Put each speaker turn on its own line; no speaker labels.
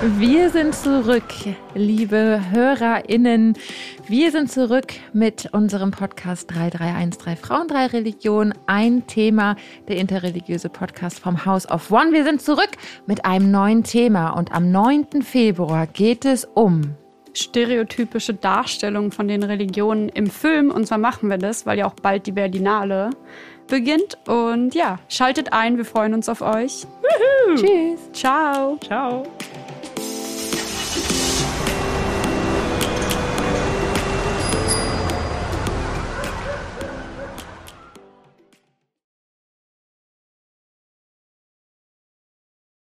Wir sind zurück, liebe HörerInnen. Wir sind zurück mit unserem Podcast 3313 Frauen, 3 Religionen. Ein Thema, der interreligiöse Podcast vom House of One. Wir sind zurück mit einem neuen Thema und am 9. Februar geht es um
stereotypische Darstellung von den Religionen im Film. Und zwar machen wir das, weil ja auch bald die Berlinale beginnt. Und ja, schaltet ein, wir freuen uns auf euch.
Tschüss.
Ciao.
Ciao.